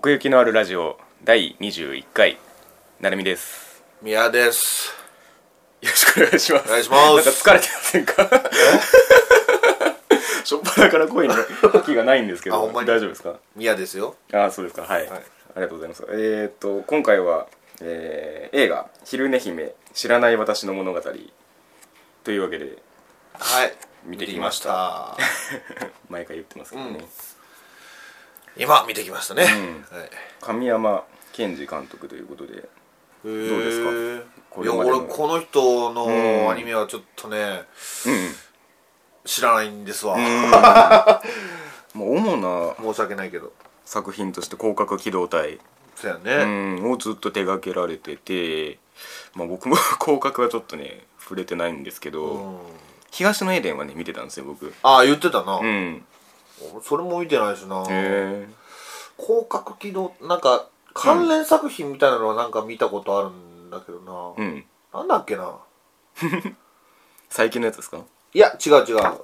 奥行きのあるラジオ第21回なるみです。 宮です。 よろしくお願いします。 お願いします。 なんか疲れてませんか？しょっぱなから声に覇気がないんですけど大丈夫ですか？ 宮ですよ。 ああ、そうですか。はい、ありがとうございます。今回は、映画昼寝姫知らない私の物語というわけで見てきました。毎回言ってますけどね、 今見てきましたね、 神山健二監督ということで、どうですか？ いや、俺この人のアニメはちょっとね、知らないんですわ。 もう主な申し訳ないけど作品として広角機動隊そうやね、 をずっと手掛けられてて、僕も広角はちょっとね触れてないんですけど、東のエデンはね見てたんですよ僕。 ああ言ってたな。それも見てないしな。広角機動なんか関連作品みたいなのはなんか見たことあるんだけどな、なんだっけな。 最近のやつですか？ いや違う馬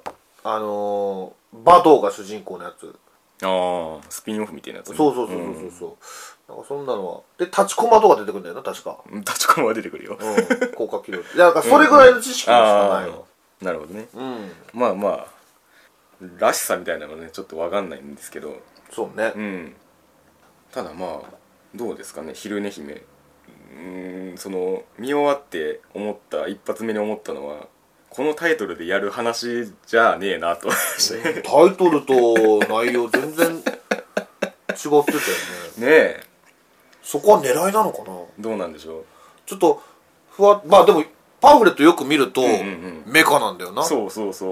頭が主人公のやつ。 ああ、スピンオフみたいなやつ、ね、 そうなんかそんなのはで立ちコマとか出てくるんだよな確か。 立ちコマは出てくるよ、 広角機動いやだからそれぐらいの知識しかないわ。 なるほどね、まあらしさみたいなのねちょっと分かんないんですけど。 そうね、 ただどうですかね昼寝姫。その見終わって一発目に思ったのはこのタイトルでやる話じゃねえなと。 タイトルと内容全然違ってたよね。ねえ、 そこは狙いなのかな。 どうなんでしょう。 ちょっとでもパンフレットよく見ると、メカなんだよな。 そう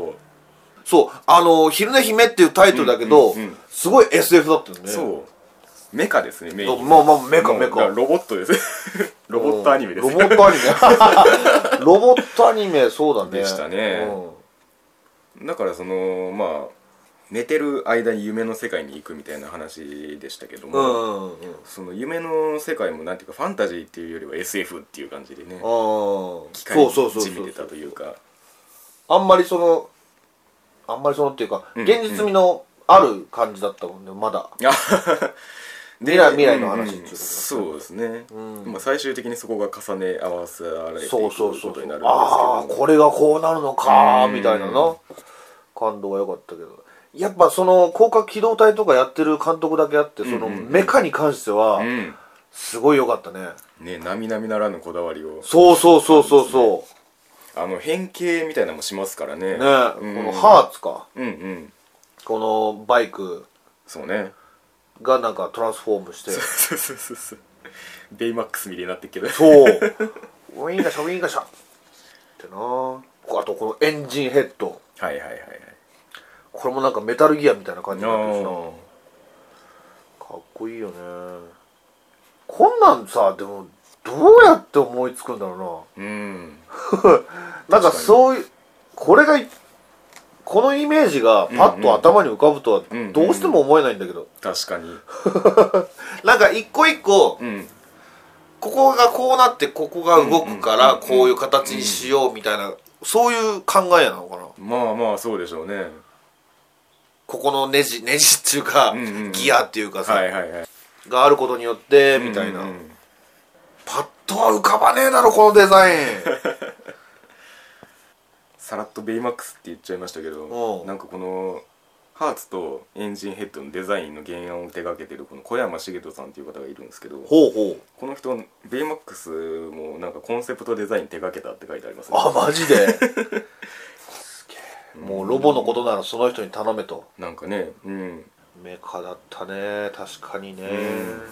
昼寝姫っていうタイトルだけど、すごい SF だったよね。 そうメカですねメイン。 メカロボットですロボットアニメです。 ロボットアニメロボットアニメそうだねでしたね、だから寝てる間に夢の世界に行くみたいな話でしたけども、その夢の世界もなんていうかファンタジーっていうよりは SF っていう感じでね、機械にじみてたというか、 あんまりそのっていうか、現実味のある感じだったもんねまだ。未来の話っていうこと。 そうですね、最終的にそこが重ね合わせられていくことになるんですけど、 これがこうなるのかみたいなな感動が良かったけど、やっぱその広角機動隊とかやってる監督だけあって、そのメカに関してはすごい良かったね。 並々ならぬこだわりを。 そう変形みたいなのもしますからね。 このハーツか、このバイクそうねがなんかトランスフォームしてそうベイマックスみたいになってっけど、 ウィンガシャってな。あとこのエンジンヘッド、これもなんかメタルギアみたいな感じになってるしな。かっこいいよね。こんなんさ、でもどうやって思いつくんだろうな。なんかそういうこのイメージがパッと頭に浮かぶとはどうしても思えないんだけど、 確かになんか一個一個、ここがこうなってここが動くからこういう形にしようみたいな、そういう考えなのかな。 そうでしょうね。 ここのネジっていうか、ギアっていうかさ、があることによってみたいな、パッとは浮かばねえだろこのデザイン。 さらっとベイマックスって言っちゃいましたけど、なんかこのハーツとエンジンヘッドのデザインの原案を手掛けてるこの小山茂人さんっていう方がいるんですけど、この人ベイマックスもなんかコンセプトデザイン手掛けたって書いてありますね。 あ、マジで。すげえ。もうロボのことならその人に頼めと。 なんかね、 メカだったね、確かにね。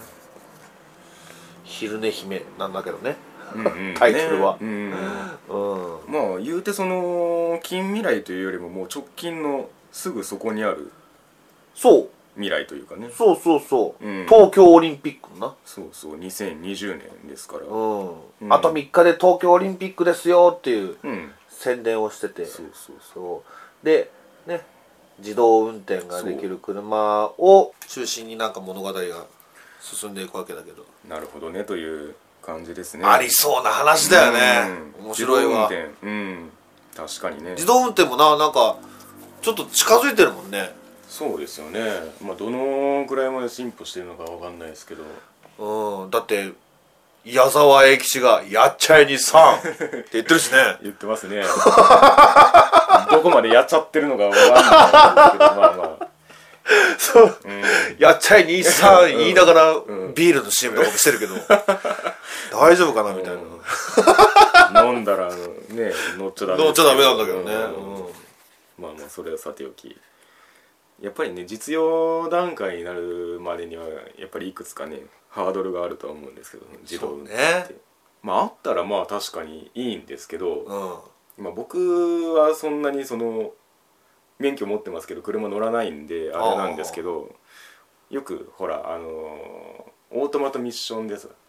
昼寝姫なんだけどね、タイトルは。 言うてその近未来というよりももう直近のすぐそこにある未来というかね。 東京オリンピックな。 2020年ですから、 あと3日で東京オリンピックですよっていう宣伝をしてて、でね、自動運転ができる車を中心になんか物語が進んでいくわけだけど。 なるほどねという感じですね。 ありそうな話だよね。面白いわ。 確かにね。 自動運転もなんかちょっと近づいてるもんね。 そうですよね。まあどのぐらいまで進歩してるのかわかんないですけど、 だって矢沢永吉が「やっちゃえにさん」って言ってるしね。 言ってますね。どこまでやっちゃってるのかわかんないですけど、まあまあそう、やっちゃえにさん言いながらビールの CM とかもしてるけど、大丈夫かなみたいな。飲んだらね乗っちゃダメなんだけどね。 まあまあそれはさておき、やっぱりね実用段階になるまでにはやっぱりいくつかねハードルがあるとは思うんですけど、自動運転って、まああったらまあ確かにいいんですけど、まあ僕はそんなにその免許持ってますけど車乗らないんであれなんですけど、よくほらオートマトミッションです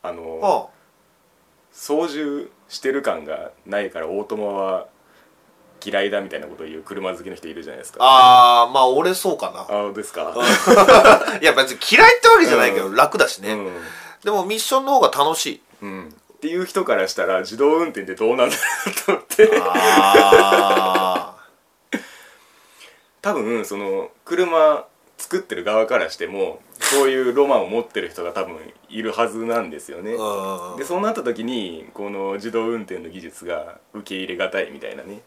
操縦してる感がないからオートマは嫌いだみたいなことを言う車好きの人いるじゃないですか。 まあ俺そうかな。 ですか。 いや別に嫌いってわけじゃないけど、楽だしね、でもミッションの方が楽しい、 っていう人からしたら自動運転ってどうなんだろうと思って。多分その車作ってる側からしてもそういうロマンを持ってる人が多分いるはずなんですよね。でそうなった時にこの自動運転の技術が受け入れがたいみたいなね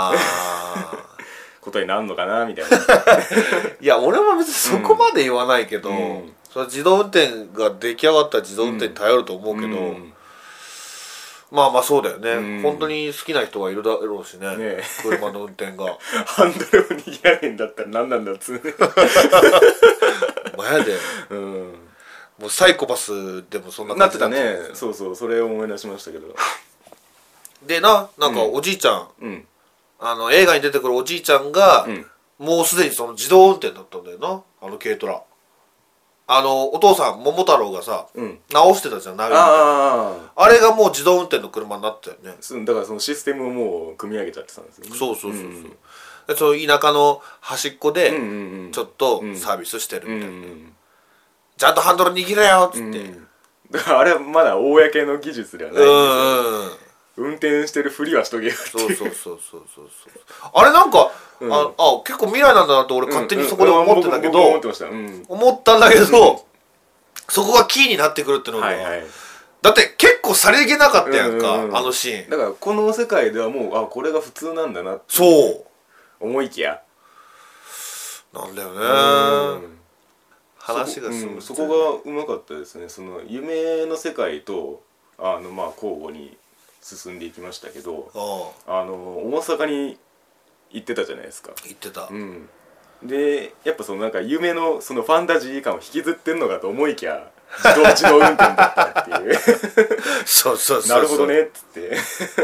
ことになるのかなみたいな。 いや俺は別にそこまで言わないけど、それ自動運転が出来上がったら自動運転に頼ると思うけど、まあまあそうだよね、本当に好きな人はいるだろうし ね車の運転が。 ハンドルを握らねえんだったら何なんだっつうね。 前で、もうサイコパスでもそんな感じだったね。そうそう、それを思い出しましたけど。 でなんかおじいちゃん、映画に出てくるおじいちゃんが、もうすでにその自動運転だったんだよな、軽トラ。お父さん桃太郎がさ、直してたじゃん、ナビみたいな。あれがもう自動運転の車になってたよね。 だからそのシステムをもう組み上げちゃってたんですよね。 そう、でその田舎の端っこでちょっとサービスしてるみたいな、ちゃんとハンドル握れよっつって、 だからあれはまだ公の技術ではないんですよ、運転してるふりはしとけよっていう。 そうあれなんか結構未来なんだなと俺勝手にそこで思ってたけど、思ったんだけど、そこがキーになってくるってのが、だって結構さりげなかったやんか、あのシーン。 だからこの世界ではもうこれが普通なんだなって思いきやなんだよね。話が進む、 そこがうまかったですね。その夢の世界とまあ交互に進んでいきましたけど、大阪に行ってたじゃないですか。 行ってた。 でやっぱそのなんか夢のそのファンタジー感を引きずってんのかと思いきや自動運転だったっていう。 そうなるほどねっつって。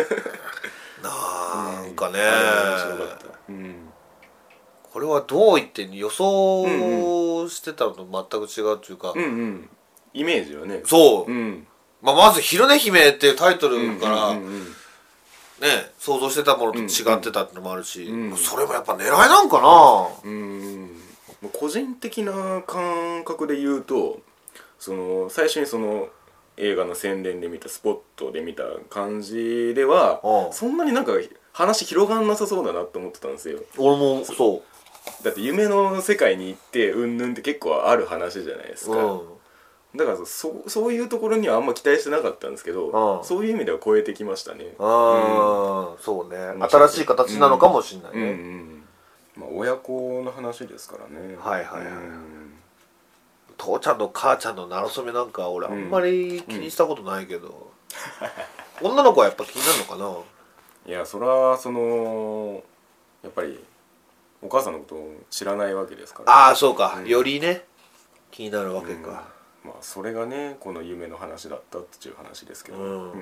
なんかね、 面白かった。 これはどう言って予想してたのと全く違うっていうか、 イメージはね。 そう、まず「昼寝姫」っていうタイトルからね想像してたものと違ってたってのもあるし、それもやっぱ狙いなんかな。 個人的な感覚で言うと、その最初にその映画の宣伝で見たスポットで見た感じではそんなになんか話広がんなさそうだなって思ってたんですよ。 俺もそう。 だって夢の世界に行ってうんぬんって結構ある話じゃないですか、だからそういうところにはあんま期待してなかったんですけど、そういう意味では超えてきましたね。 そうね、新しい形なのかもしれないね。 まあ親子の話ですからね。 父ちゃんと母ちゃんのならそめなんか俺あんまり気にしたことないけど、女の子はやっぱ気になるのかな。 いやそれはそのやっぱりお母さんのことを知らないわけですから、 そうか、よりね気になるわけか。 まあそれがねこの夢の話だったっていう話ですけど、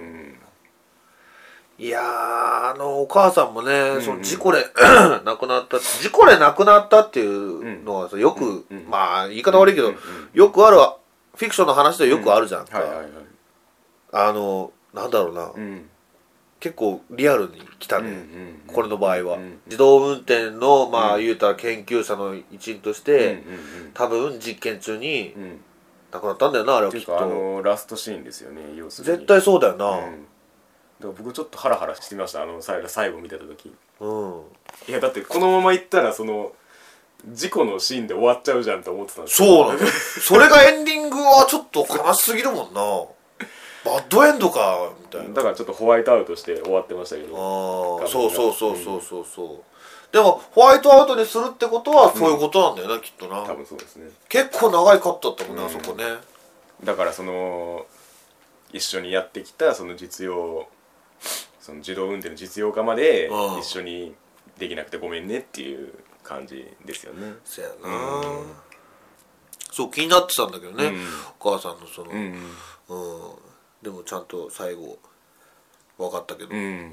いやお母さんもね、その事故で亡くなったっていうのはさ、よくまあ言い方悪いけど、よくあるフィクションの話でよくあるじゃんか。なんだろうな、結構リアルに来たね、これの場合は。自動運転のまあ言うたら研究者の一員として多分実験中に亡くなったんだよな、あれはきっと。 ラストシーンですよね、要するに。 絶対そうだよな。 だから僕ちょっとハラハラしてました、最後見てた時。いやだってこのままいったらその事故のシーンで終わっちゃうじゃんって思ってたんですそうなんだそれがエンディングはちょっと悲しすぎるもんなバッドエンドかみたいな。 だからちょっとホワイトアウトして終わってましたけど。 ああそうそうそうそうそうそう、でもホワイトアウトにするってことはそういうことなんだよな、きっとな。 多分そうですね。 結構長いカットだったもんね、あそこね。 だからその一緒にやってきたその実用その自動運転の実用化まで一緒にできなくてごめんねっていう感じですよね。 そうやな、そう気になってたんだけどね、お母さんのそのでもちゃんと最後分かったけど、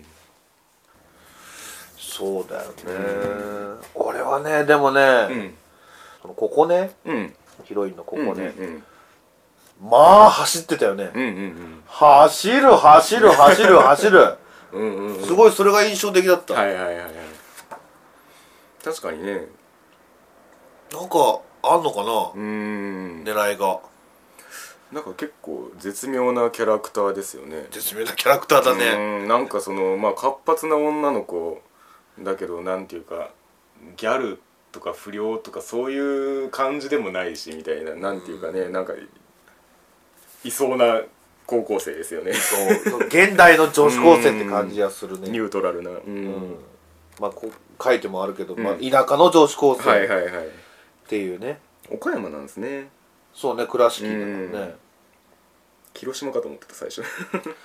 そうだよね、俺はねでもね、ここね、ヒロインのここね、まあ走ってたよね、走る走る走る走るすごいそれが印象的だった。 はいはいはいはい。確かにね。 なんかあんのかな、狙いが。 なんか結構絶妙なキャラクターですよね。 絶妙なキャラクターだね。 なんかそのまあ活発な女の子だけどなんていうかギャルとか不良とかそういう感じでもないしみたいな、なんていうかね、なんかいそうな高校生ですよね。 そう現代の女子高生って感じがするね。 ニュートラルな、 まあこう書いてもあるけど、まあ、田舎の女子高生っていうね。 岡山なんですね。 そうね、倉敷だからね。 広島かと思ってた最初。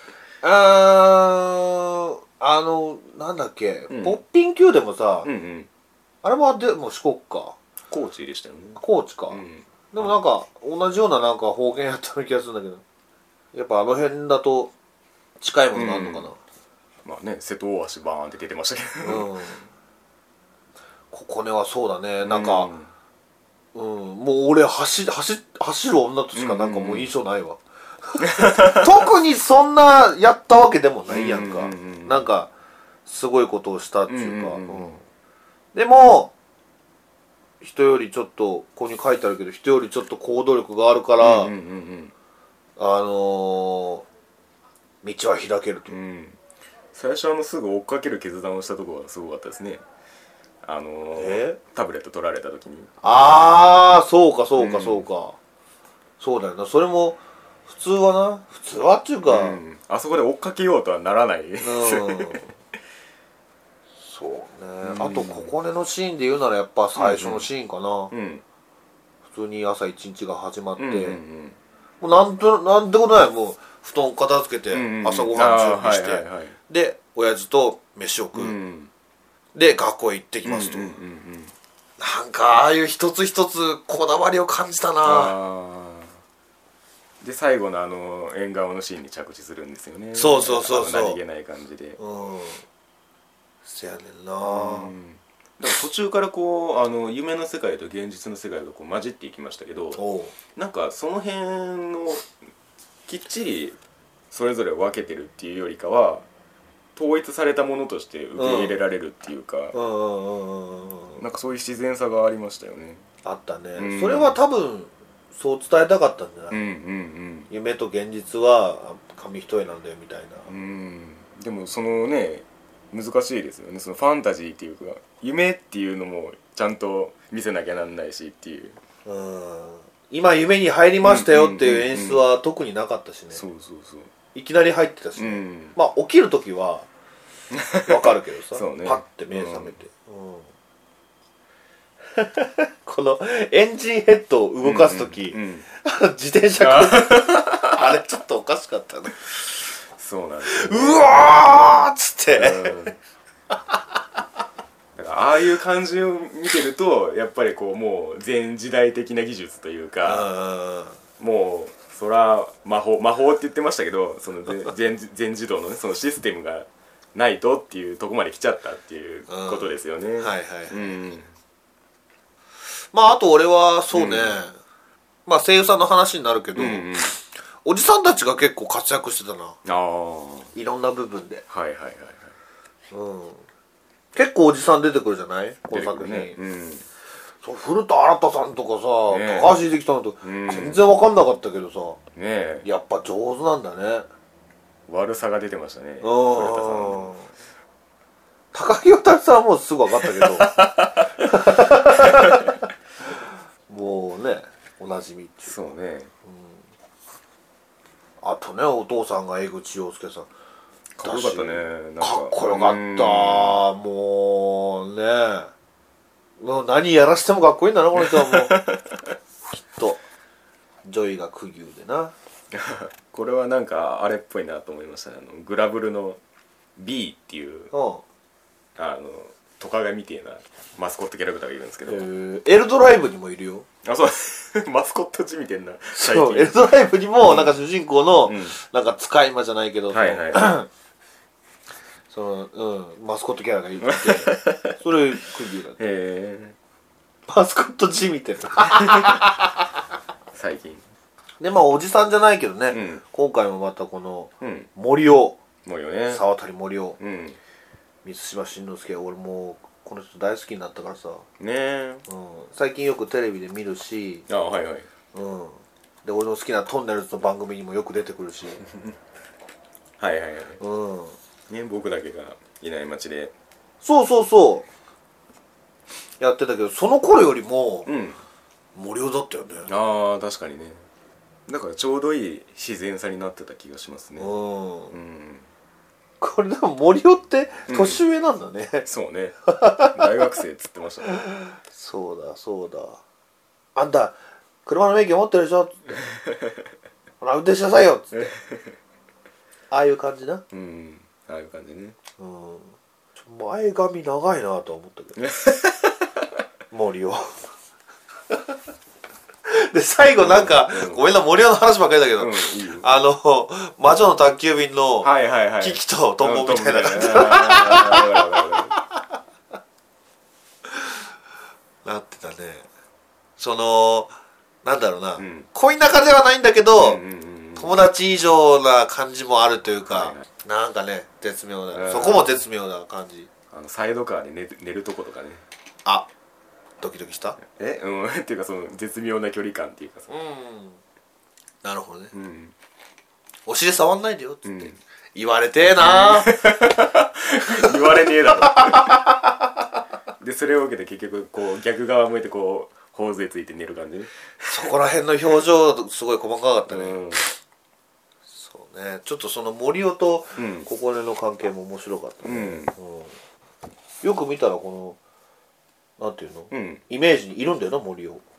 なんだっけ、ポッピン級でもさ、あれもでも四国か。 高知でしたよね。 高知か。でもなんか同じようななんか方言やったような気がするんだけど、やっぱあの辺だと近いものがあるのかな。 まあね、瀬戸大橋バーンって出てましたけど。 ここねはそうだね、なんか、もう俺走る女としかなんかもう印象ないわ。特にそんなやったわけでもないやんか。なんかすごいことをしたっていうか、でも人よりちょっとここに書いてあるけど、人よりちょっと行動力があるから道は開けると。 最初すぐ追っかける決断をしたところがすごかったですね。タブレット取られた時に。 ああそうかそうかそうか、そうだよな。それも普通はっていうか、 あそこで追っかけようとはならないそうね、あとここねのシーンで言うならやっぱ最初のシーンかな、普通に朝一日が始まって、もうなんてことない、もう布団片付けて朝ごはん準備して、で親父と飯を食う、で学校へ行ってきますと、なんかああいう一つ一つこだわりを感じたな。 で最後の縁側のシーンに着地するんですよね。 そう何気ない感じで。 せやねんな。 だから途中からこう夢の世界と現実の世界がこう混じっていきましたけど、なんかその辺のきっちりそれぞれ分けてるっていうよりかは統一されたものとして受け入れられるっていうか、なんかそういう自然さがありましたよね。 あったね、それは多分そう伝えたかったんじゃない、夢と現実は紙一重なんだよみたいな。 でもそのね難しいですよね。そのファンタジーっていうか夢っていうのもちゃんと見せなきゃなんないしっていう。 今夢に入りましたよっていう演出は特になかったしね。いきなり入ってたしね、まあ起きる時はわかるけどさパッて目覚めて、このエンジンヘッドを動かす時、自転車あれちょっとおかしかったね。 そうなんですよ、 うわーっつって、 だからああいう感じを見てるとやっぱりこうもう前時代的な技術というか、もうそら魔法って言ってましたけど、その全自動のねそのシステムがないとっていうとこまで来ちゃったっていうことですよね。 まああと俺はそうね、まあ声優さんの話になるけど、おじさんたちが結構活躍してたな。いろんな部分で。結構おじさん出てくるじゃないこの作品。古田新太さんとかさ、高橋英樹さんと全然分かんなかったけどさ、やっぱ上手なんだね。 悪さが出てましたね、古田さん。 高木渡さんはもうすぐ分かったけどもうねおなじみっていう。 そうね、 あとねお父さんが江口洋介さんかっこよかったね。なんかっこよかった。もうねもう何やらしてもかっこいいんだなこの人はもうきっとジョイが苦牛でなこれはなんかあれっぽいなと思いましたね。グラブルの B っていうトカゲみてえなマスコットキャラクターがいるんですけど、 エルドライブにもいるよ。 あ、そうマスコット地みたいな。 そうエルドライブにもなんか主人公のなんか使い魔じゃないけど、 はいはいはいそのマスコットキャラがいてそれクギだね。マスコット地みたいな最近でまあおじさんじゃないけどね、今回もまたこの森尾、 ね、 沢渡森尾、満島真之介、俺もうこの人大好きになったからさね、 最近よくテレビで見るし、 はいはい、 で俺の好きなトンネルズの番組にもよく出てくるしはいはいはい、ね、僕だけがいない街でそうやってたけど、その頃よりも森尾だったよね。 ああ確かにね。だからちょうどいい自然さになってた気がしますね。 これでも森尾って年上なんだね、 そうね大学生っつってましたねそうだあんた車の免許持ってるでしょっつってほら運転しなさいよっつってああいう感じな。 ああいう感じね。 前髪長いなとは思ったけど森尾で最後なんか、ごめんな森尾の話ばっかりだけど、いい魔女の宅急便のキキとトンボみたいな感じなってたね。そのなんだろうな、恋仲ではないんだけど、友達以上な感じもあるというか、なんかね絶妙な、そこも絶妙な感じ。 サイドカーで寝るとことかね。 あ、ドキドキした？ っていうかその絶妙な距離感っていうかさ。 なるほどね。お尻触んないでよっつって言われてえな言われねえだろでそれを受けて結局こう逆側向いてこう頬杖ついて寝る感じね。 そこら辺の表情すごい細かかったね。そうね。ちょっとその森尾とここねの関係も面白かったね。よく見たらこのなんていうの、イメージにいるんだよな森尾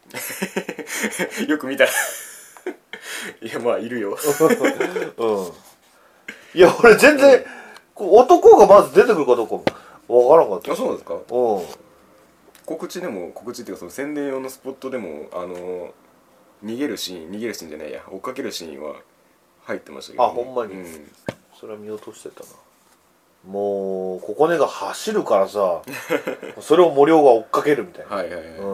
よく見たらいやまあいるよいや俺全然、男がまず出てくるかどうかもわからんかった。 あ、そうなんですか。告知でもっていうかその宣伝用のスポットでも逃げるシーンじゃないや、追っかけるシーンは入ってましたけど、ね、 あ、ほんまに、それは見落としてたな。もうここねが走るからさそれを森尾が追っかけるみたいな。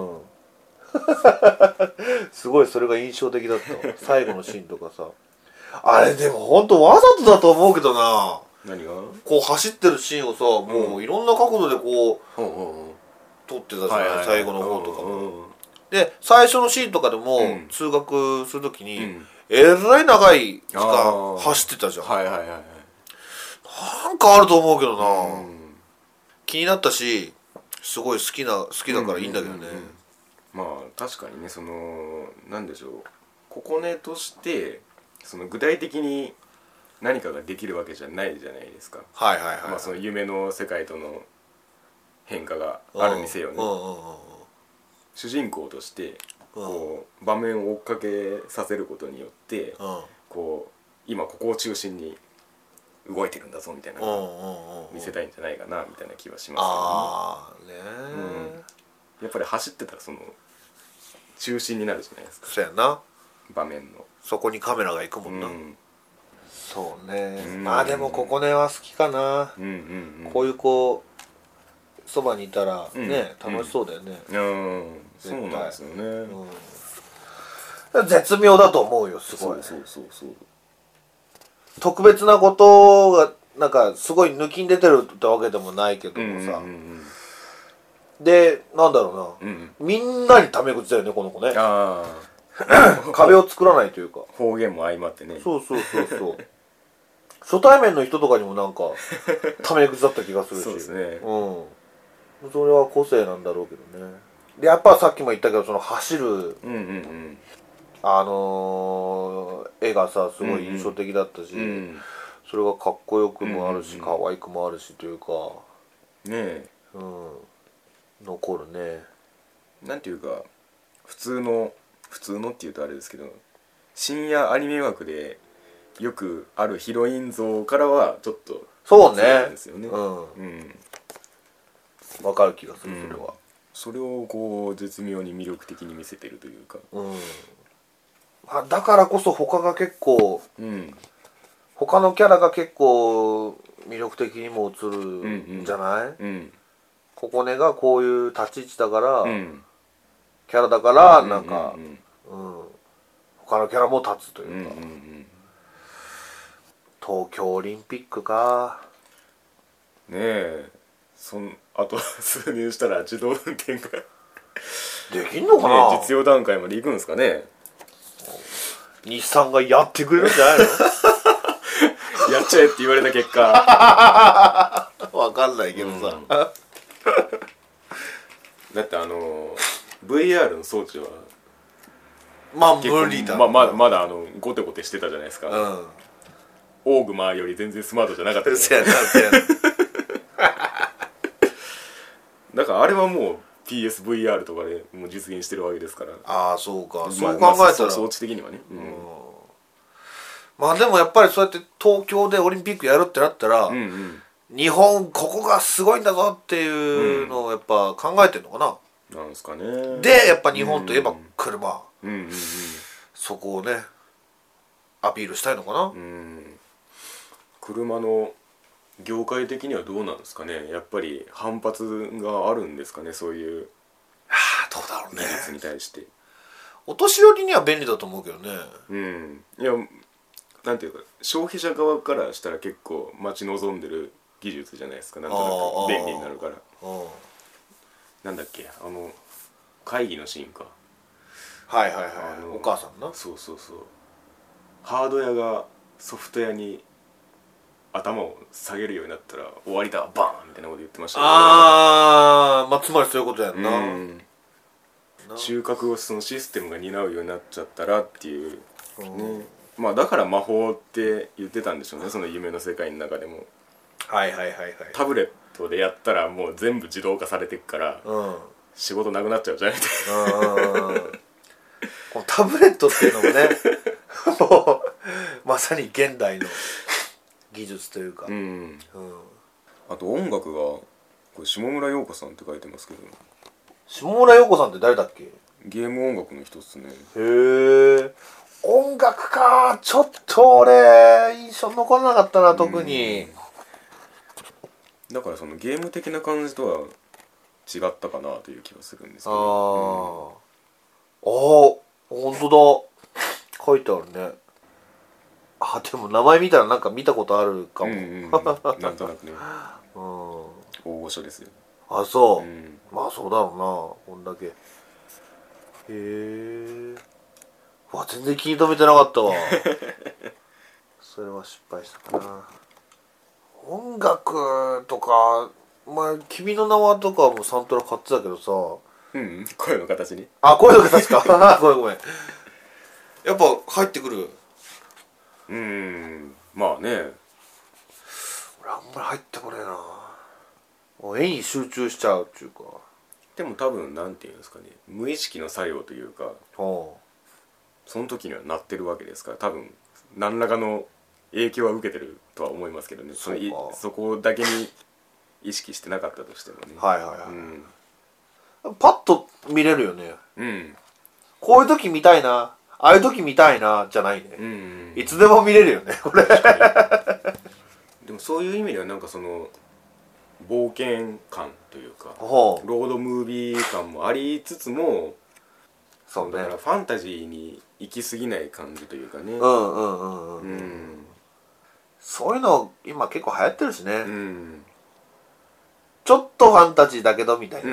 すごいそれが印象的だった最後のシーンとかさあれでもほんとわざとだと思うけどな。 何がこう走ってるシーンをさ、もういろんな角度でこう撮ってたじゃない、最後の方とかも。で最初のシーンとかでも、通学するときに、えらい長い時間走ってたじゃん。なんかあると思うけどな、気になったしすごい好きだからいいんだけどね。 まあ確かにね、そのなんでしょう、ここねとしてその具体的に何かができるわけじゃないじゃないですか。まあその夢の世界との変化があるにせよね、主人公としてこう場面を追っかけさせることによって、こう今ここを中心に動いてるんだぞみたいなのを見せたいんじゃないかなみたいな気はしますけどね。やっぱり走ってたらその中心になるじゃないですか。 そうやな、 場面のそこにカメラが行くもんな。そうね、まあでもここねは好きかな。こういう子そばにいたらね、楽しそうだよね。 そうなんですよね。 絶妙だと思うよ、すごい。 そう特別なことがなんかすごい抜きに出てるってわけでもないけどもさ、でなんだろうな、みんなにタメ口だよねこの子ね。壁を作らないというか、 方言も相まってね。 そう初対面の人とかにもなんかタメ口だった気がするしそうですね、 うん、それは個性なんだろうけどね。でやっぱさっきも言ったけどその走る、 うんうんうん、 絵がさすごい印象的だったし、 うん、 それがかっこよくもあるし、 うんうん可愛くもあるしというかねえ、 うん、残るね。 なんていうか普通のっていうとあれですけど、深夜アニメ枠でよくあるヒロイン像からはちょっとそうねですよね。 うん、 うん、 分かる気がする、それは。 それをこう絶妙に魅力的に見せてるというか、 だからこそ他が結構、他のキャラが結構魅力的にも映るんじゃない、ここねがこういう立ち位置だから、キャラだからなんか、他のキャラも立つというか、東京オリンピックかねえ、あと数年したら自動運転ができんのかな、 ね、実用段階まで行くんですかね。 日産がやってくれるんじゃないのやっちゃえって言われた結果わかんないけどさ、 だってVR の装置はまあ無理だ、 まだゴテゴテしてたじゃないですか、オーグマより全然スマートじゃなかったですねだからあれはもう PSVR とかでもう実現してるわけですから。 ああそうか、そう考えたら、 装置的にはね、 まあでもやっぱりそうやって東京でオリンピックやるってなったら、日本ここがすごいんだぞっていうのをやっぱ考えてんのかな、 なんですかね。 でやっぱ日本といえば車、そこをねアピールしたいのかな。 車の業界的にはどうなんですかね。やっぱり反発があるんですかね、そういうどうだろうね、 技術に対して。 お年寄りには便利だと思うけどね。 いやなんていうか消費者側からしたら結構待ち望んでる技術じゃないですか。なんとなく便利になるから。なんだっけ、会議のシーンか、 はいはいはい、お母さんな。 そうハード屋がソフト屋に頭を下げるようになったら終わりだバーンみたいなこと言ってましたね。 まあつまりそういうことやんな、 中核をそのシステムが担うようになっちゃったらっていう、まあだから魔法って言ってたんでしょうね、その夢の世界の中でも。タブレットでやったらもう全部自動化されていくから、仕事なくなっちゃうじゃんみたいなこのタブレットっていうのもねもうまさに現代の技術というか、 あと音楽がこれ下村陽子さんって書いてますけど、 下村陽子さんって誰だっけ。 ゲーム音楽の人っすね。 へえ、音楽か、ちょっと俺印象残らなかったな、特に。 だからそのゲーム的な感じとは違ったかなという気がするんですけど。ほんとだ、書いてあるね。でも名前見たらなんか見たことあるかも。 なんとなくね。大御所ですよ。 そう、まあそうだろうな、こんだけ。へえ、全然気に留めてなかったわそれは失敗したかな。音楽とか、まあ君の名はとかもサントラ買ってたけどさ、 声の形に、 声の形かごめんやっぱ入ってくる。 まあね、 俺あんまり入ってこねえな。絵に集中しちゃうっていうか。 でも多分なんていうんですかね、無意識の作用というか、その時にはなってるわけですから、多分何らかの影響は受けてるとは思いますけどね。そこだけに意識してなかったとしてもね。 パッと見れるよね。こういう時見たいな、ああいう時見たいなじゃないね。いつでも見れるよね、これでもそういう意味ではなんかその冒険感というか、ロードムービー感もありつつも、だからファンタジーに行き過ぎない感じというかね。 そういうの今結構流行ってるしね。ちょっとファンタジーだけどみたいな。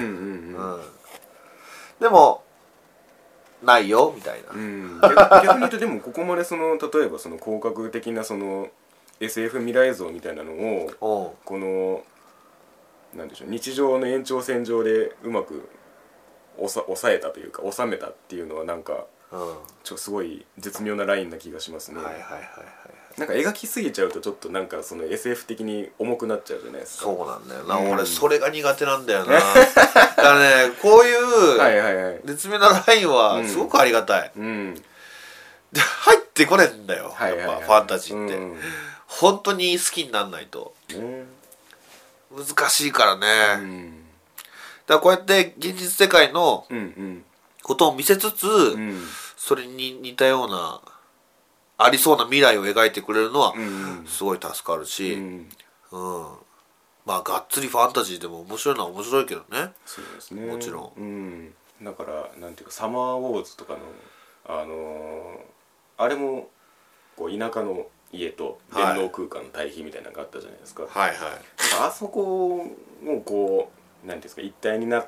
でもないよみたいな。 逆に言うとでもここまで例えばその広角的なその SF 未来像みたいなのをこのなんでしょう、日常の延長線上でうまく抑えたというか収めたっていうのはなんかすごい絶妙なラインな気がしますね。なんか描きすぎちゃうとちょっとなんかその SF 的に重くなっちゃうじゃないですか。 そうなんだよな、俺それが苦手なんだよなだからね、こういう絶妙なラインはすごくありがたい、で入ってこれんだよ、やっぱファンタジーって、本当に好きになんないと難しいからね、だからこうやって現実世界のことを見せつつ、それに似たようなありそうな未来を描いてくれるのはすごい助かるし、まあがっつりファンタジーでも面白いのは面白いけどね。 そうですね、 もちろん、だからなんていうかサマーウォーズとかのあれもこう田舎の家と電脳空間の対比みたいなのがあったじゃないですか。あそこもこうなんていうんですか一体になって、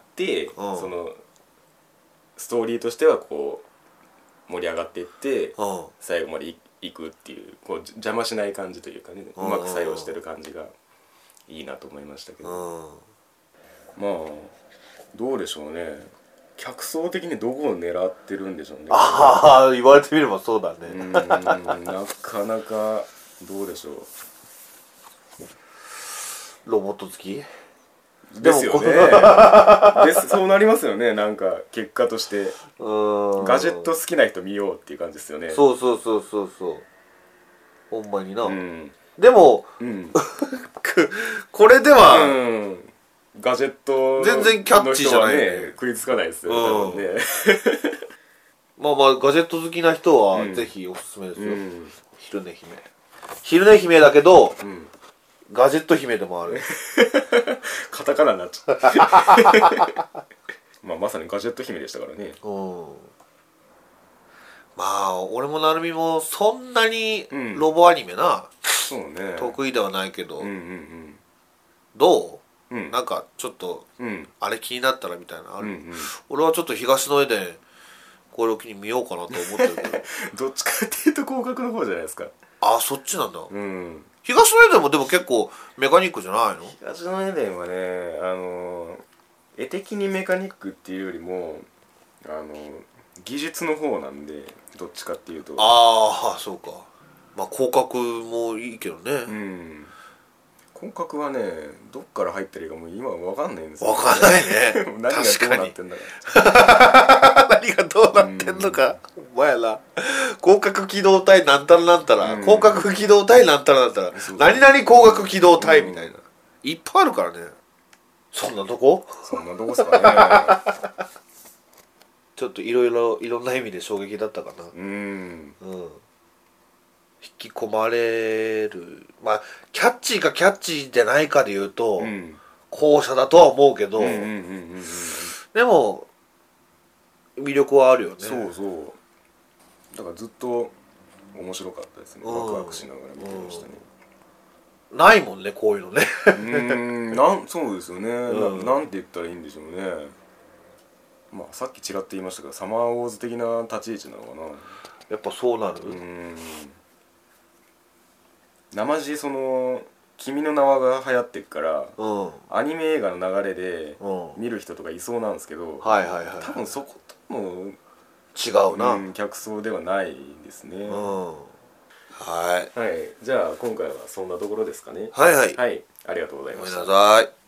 そのストーリーとしてはこう盛り上がっていって、最後までいくっていうこう邪魔しない感じというかね、うまく作用してる感じがいいなと思いましたけど、まあどうでしょうね、客層的にどこを狙ってるんでしょうね。 ああ言われてみればそうだねなかなかどうでしょう。 ロボット好きですよねそうなりますよね。なんか結果としてガジェット好きな人見ようっていう感じですよね。 そうほんまにな、でも、これでは、 ガジェット全然キャッチーじゃないね、 食いつかないですよね、多分ねまあガジェット好きな人はぜひおすすめですよ、昼寝姫だけど、ガジェット姫でもあるカタカナになっちゃったまさにガジェット姫でしたからね。 まあ俺もなるみもそんなにロボアニメな、得意ではないけど、どう、なんかちょっと、あれ気になったらみたいなある、俺はちょっと東の絵でこれを機に見ようかなと思ってるけどどっちかっていうと広角の方じゃないですか。 あ、そっちなんだ。東のエデンもでも結構メカニックじゃないの？ 東のエデンはね、絵的にメカニックっていうよりも技術の方なんで、どっちかっていうと。 ああそうか。まあ広角もいいけどね。 広角はねどっから入ってるかもう今分かんないんですよ、 分かんないね何がどうなってんだか何がどうなってんのか、お前ら広角機動隊なんたらなんたら、広角機動隊なんたらなんたら、何々広角機動隊みたいな、いっぱいあるからね。そんなとこっすかねちょっといろんな意味で衝撃だったかな。引き込まれる、まあキャッチーかキャッチーじゃないかでいうと、後者だとは思うけど、でも魅力はあるよね。 だからずっと面白かったですね。ワクワクしながら見てましたね。 ないもんねこういうのねそうですよね、なんて言ったらいいんでしょうね。まあさっきちらっと言いましたけどサマーウォーズ的な立ち位置なのかな。 やっぱそうなる。 生地その「君の名は」が流行ってるから、アニメ映画の流れで見る人とかいそうなんですけど、多分そことも違うな、 客層ではないですね。 はい、 じゃあ今回はそんなところですかね。 はい、 ありがとうございました。 ごめんなさい。